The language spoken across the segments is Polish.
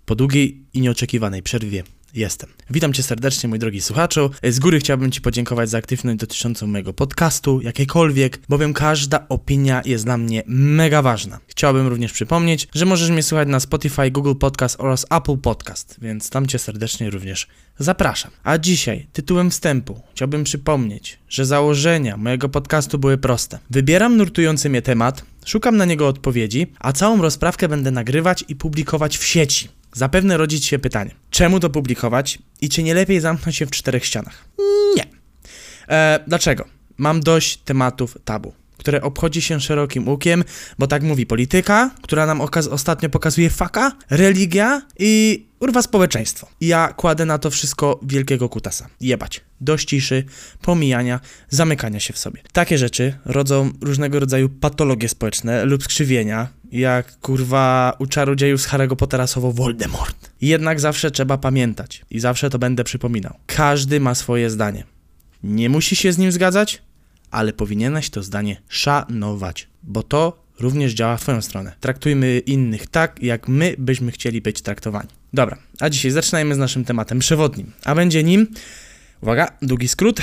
Po długiej i nieoczekiwanej przerwie jestem. Witam Cię serdecznie, mój drogi słuchaczu. Z góry chciałbym Ci podziękować za aktywność dotyczącą mojego podcastu, jakiejkolwiek, bowiem każda opinia jest dla mnie mega ważna. Chciałbym również przypomnieć, że możesz mnie słuchać na Spotify, Google Podcast oraz Apple Podcast, więc tam Cię serdecznie również zapraszam. A dzisiaj, tytułem wstępu, chciałbym przypomnieć, że założenia mojego podcastu były proste. Wybieram nurtujący mnie temat, szukam na niego odpowiedzi, a całą rozprawkę będę nagrywać i publikować w sieci. Zapewne rodzić się pytanie, czemu to publikować i czy nie lepiej zamknąć się w 4 ścianach? Nie. Dlaczego? Mam dość tematów tabu, które obchodzi się szerokim łukiem, bo tak mówi polityka, która nam ostatnio pokazuje faka, religia i społeczeństwo. I ja kładę na to wszystko wielkiego kutasa. Jebać. Dość ciszy, pomijania, zamykania się w sobie. Takie rzeczy rodzą różnego rodzaju patologie społeczne lub skrzywienia, jak u czarodziejów z Harry'ego Pottera słowo Voldemort. Jednak zawsze trzeba pamiętać i zawsze to będę przypominał. Każdy ma swoje zdanie. Nie musi się z nim zgadzać, ale powinieneś to zdanie szanować, bo to również działa w twoją stronę. Traktujmy innych tak, jak my byśmy chcieli być traktowani. Dobra, a dzisiaj zaczynajmy z naszym tematem przewodnim, a będzie nim, uwaga, długi skrót,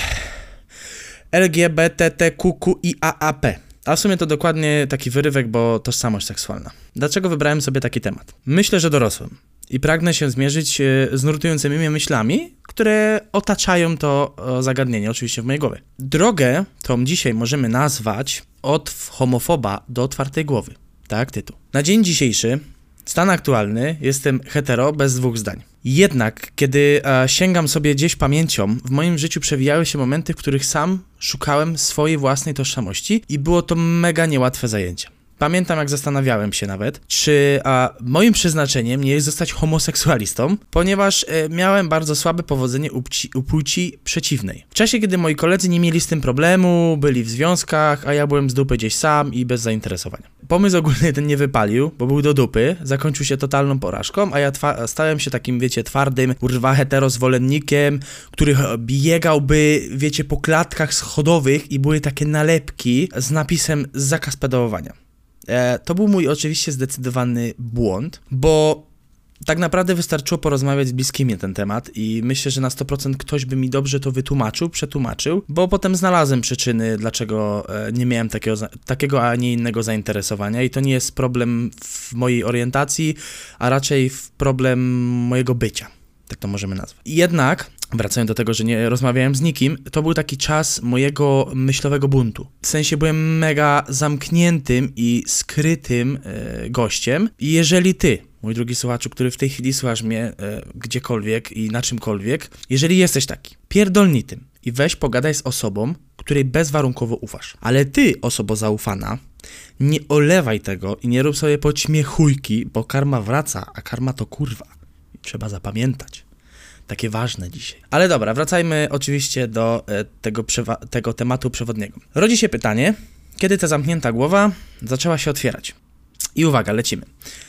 LGBTQIAAP. A w sumie to dokładnie taki wyrywek, bo tożsamość seksualna. Dlaczego wybrałem sobie taki temat? Myślę, że dorosłem i pragnę się zmierzyć z nurtującymi mnie myślami, które otaczają to zagadnienie, oczywiście w mojej głowie. Drogę tą dzisiaj możemy nazwać od homofoba do otwartej głowy. Tak, tytuł. Na dzień dzisiejszy, stan aktualny, jestem hetero bez 2 zdań. Jednak, kiedy sięgam sobie gdzieś pamięcią, w moim życiu przewijały się momenty, w których sam szukałem swojej własnej tożsamości i było to mega niełatwe zajęcie. Pamiętam, jak zastanawiałem się nawet, czy moim przeznaczeniem nie jest zostać homoseksualistą, ponieważ miałem bardzo słabe powodzenie u płci przeciwnej. W czasie, kiedy moi koledzy nie mieli z tym problemu, byli w związkach, a ja byłem z dupy gdzieś sam i bez zainteresowania. Pomysł ogólny ten nie wypalił, bo był do dupy, zakończył się totalną porażką, a ja stałem się takim, twardym, zwolennikiem, który biegałby, po klatkach schodowych i były takie nalepki z napisem zakaz pedałowania. To był mój oczywiście zdecydowany błąd, bo tak naprawdę wystarczyło porozmawiać z bliskimi na ten temat i myślę, że na 100% ktoś by mi dobrze to przetłumaczył, bo potem znalazłem przyczyny, dlaczego nie miałem takiego, a nie innego zainteresowania i to nie jest problem w mojej orientacji, a raczej problem mojego bycia. Tak to możemy nazwać. Jednak, wracając do tego, że nie rozmawiałem z nikim, to był taki czas mojego myślowego buntu. W sensie byłem mega zamkniętym i skrytym gościem. I jeżeli ty, mój drogi słuchaczu, który w tej chwili słuchasz mnie gdziekolwiek i na czymkolwiek, jeżeli jesteś taki, pierdolnij tym i weź pogadaj z osobą, której bezwarunkowo ufasz. Ale ty, osobo zaufana, nie olewaj tego i nie rób sobie podśmiechujki, bo karma wraca, a karma to kurwa. Trzeba zapamiętać. Takie ważne dzisiaj. Ale dobra, wracajmy oczywiście do tego tematu przewodniego. Rodzi się pytanie, kiedy ta zamknięta głowa zaczęła się otwierać. I uwaga, lecimy.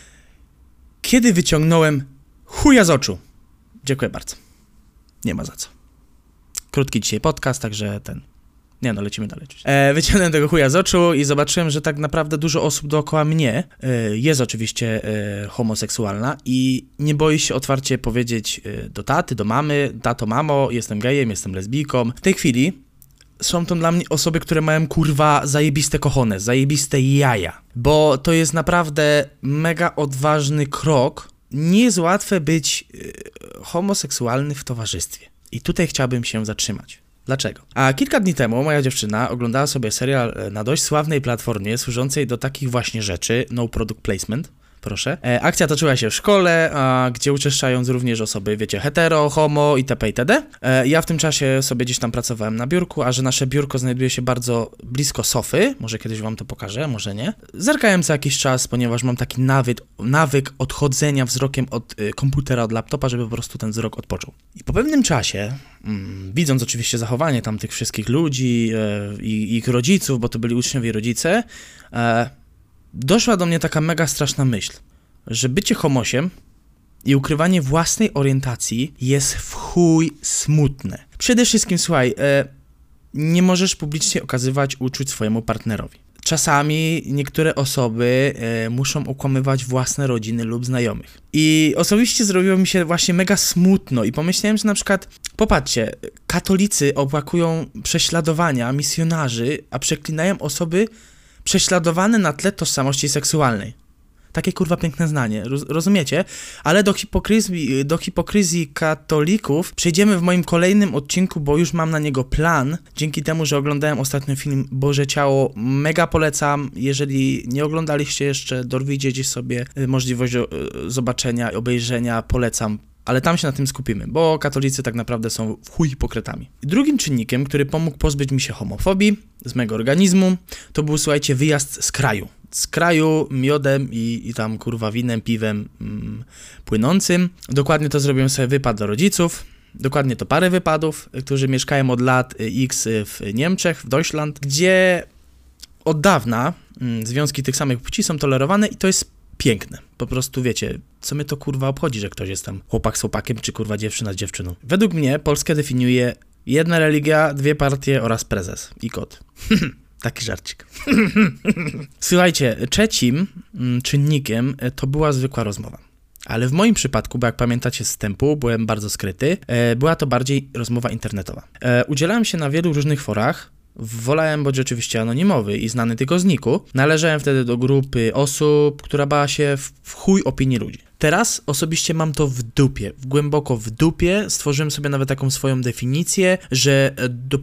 Kiedy wyciągnąłem chuja z oczu? Dziękuję bardzo. Nie ma za co. Krótki dzisiaj podcast, także lecimy dalej. Wyciągnąłem tego chuja z oczu i zobaczyłem, że tak naprawdę dużo osób dookoła mnie jest oczywiście homoseksualna i nie boi się otwarcie powiedzieć do taty, do mamy, tato, mamo, jestem gejem, jestem lesbijką. W tej chwili są to dla mnie osoby, które mają zajebiste cojones, zajebiste jaja, bo to jest naprawdę mega odważny krok. Nie jest łatwe być homoseksualny w towarzystwie. I tutaj chciałbym się zatrzymać. Dlaczego? A kilka dni temu moja dziewczyna oglądała sobie serial na dość sławnej platformie służącej do takich właśnie rzeczy, no product placement, proszę. Akcja toczyła się w szkole, gdzie uczęszczając również osoby, hetero, homo itp. itd. Ja w tym czasie sobie gdzieś tam pracowałem na biurku, a że nasze biurko znajduje się bardzo blisko sofy, może kiedyś wam to pokażę, może nie. Zerkałem co jakiś czas, ponieważ mam taki nawyk odchodzenia wzrokiem od komputera, od laptopa, żeby po prostu ten wzrok odpoczął. I po pewnym czasie, widząc oczywiście zachowanie tam tych wszystkich ludzi i ich rodziców, bo to byli uczniowie i rodzice, doszła do mnie taka mega straszna myśl, że bycie homosiem i ukrywanie własnej orientacji jest w chuj smutne. Przede wszystkim, słuchaj, nie możesz publicznie okazywać uczuć swojemu partnerowi. czasami niektóre osoby muszą okłamywać własne rodziny lub znajomych. I osobiście zrobiło mi się właśnie mega smutno i pomyślałem, że na przykład, popatrzcie, katolicy opłakują prześladowania misjonarzy, a przeklinają osoby prześladowane na tle tożsamości seksualnej. Takie kurwa piękne zdanie, rozumiecie? Ale do hipokryzji katolików przejdziemy w moim kolejnym odcinku, bo już mam na niego plan. Dzięki temu, że oglądałem ostatnio film Boże Ciało, mega polecam. Jeżeli nie oglądaliście jeszcze, dorwijcie gdzieś sobie możliwość zobaczenia i obejrzenia, polecam. Ale tam się na tym skupimy, bo katolicy tak naprawdę są w chuj hipokrytami. Drugim czynnikiem, który pomógł pozbyć mi się homofobii z mego organizmu, to był, słuchajcie, wyjazd z kraju. Z kraju miodem i tam kurwa winem, piwem płynącym. Dokładnie to zrobiłem sobie wypad do rodziców. Dokładnie to parę wypadów, którzy mieszkają od lat X w Niemczech, w Deutschland, gdzie od dawna związki tych samych płci są tolerowane i to jest piękne. Po prostu wiecie, co mnie to kurwa obchodzi, że ktoś jest tam chłopak z chłopakiem, czy kurwa dziewczyna z dziewczyną. Według mnie Polskę definiuje jedna religia, 2 partie oraz prezes i kot. Taki żarcik. Słuchajcie, trzecim czynnikiem to była zwykła rozmowa. Ale w moim przypadku, bo jak pamiętacie z wstępu, byłem bardzo skryty, była to bardziej rozmowa internetowa. Udzielałem się na wielu różnych forach, wolałem być oczywiście anonimowy i znany tylko z niku. Należałem wtedy do grupy osób, która bała się w chuj opinii ludzi. Teraz osobiście mam to w dupie, głęboko w dupie. Stworzyłem sobie nawet taką swoją definicję, że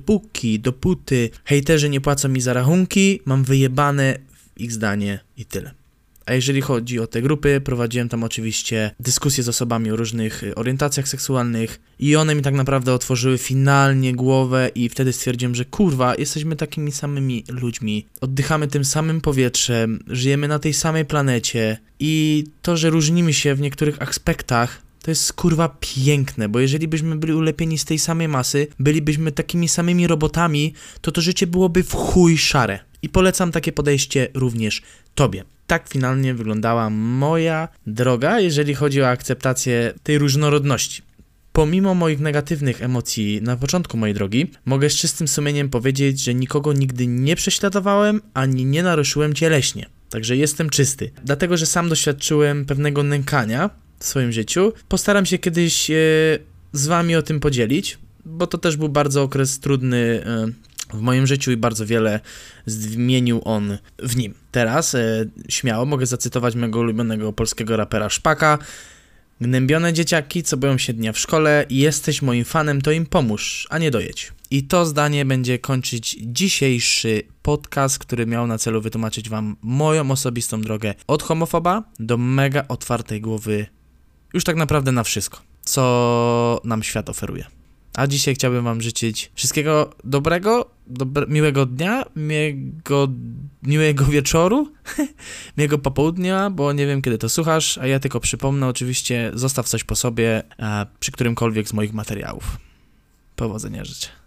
dopóty hejterzy nie płacą mi za rachunki, mam wyjebane w ich zdanie i tyle. A jeżeli chodzi o te grupy, prowadziłem tam oczywiście dyskusje z osobami o różnych orientacjach seksualnych i one mi tak naprawdę otworzyły finalnie głowę i wtedy stwierdziłem, że kurwa, jesteśmy takimi samymi ludźmi, oddychamy tym samym powietrzem, żyjemy na tej samej planecie i to, że różnimy się w niektórych aspektach, to jest kurwa piękne, bo jeżeli byśmy byli ulepieni z tej samej masy, bylibyśmy takimi samymi robotami, to życie byłoby w chuj szare. I polecam takie podejście również tobie. Tak finalnie wyglądała moja droga, jeżeli chodzi o akceptację tej różnorodności. Pomimo moich negatywnych emocji na początku mojej drogi, mogę z czystym sumieniem powiedzieć, że nikogo nigdy nie prześladowałem, ani nie naruszyłem cieleśnie. Także jestem czysty. Dlatego, że sam doświadczyłem pewnego nękania w swoim życiu, postaram się kiedyś z wami o tym podzielić, bo to też był bardzo okres trudny w moim życiu i bardzo wiele zmienił on w nim. Teraz śmiało mogę zacytować mego ulubionego polskiego rapera Szpaka. Gnębione dzieciaki, co boją się dnia w szkole i jesteś moim fanem, to im pomóż, a nie dojedź. I to zdanie będzie kończyć dzisiejszy podcast, który miał na celu wytłumaczyć wam moją osobistą drogę od homofoba do mega otwartej głowy już tak naprawdę na wszystko, co nam świat oferuje. A dzisiaj chciałbym wam życzyć wszystkiego dobrego, miłego dnia, miłego wieczoru, miłego popołudnia, bo nie wiem kiedy to słuchasz, a ja tylko przypomnę, oczywiście zostaw coś po sobie przy którymkolwiek z moich materiałów. Powodzenia życzę.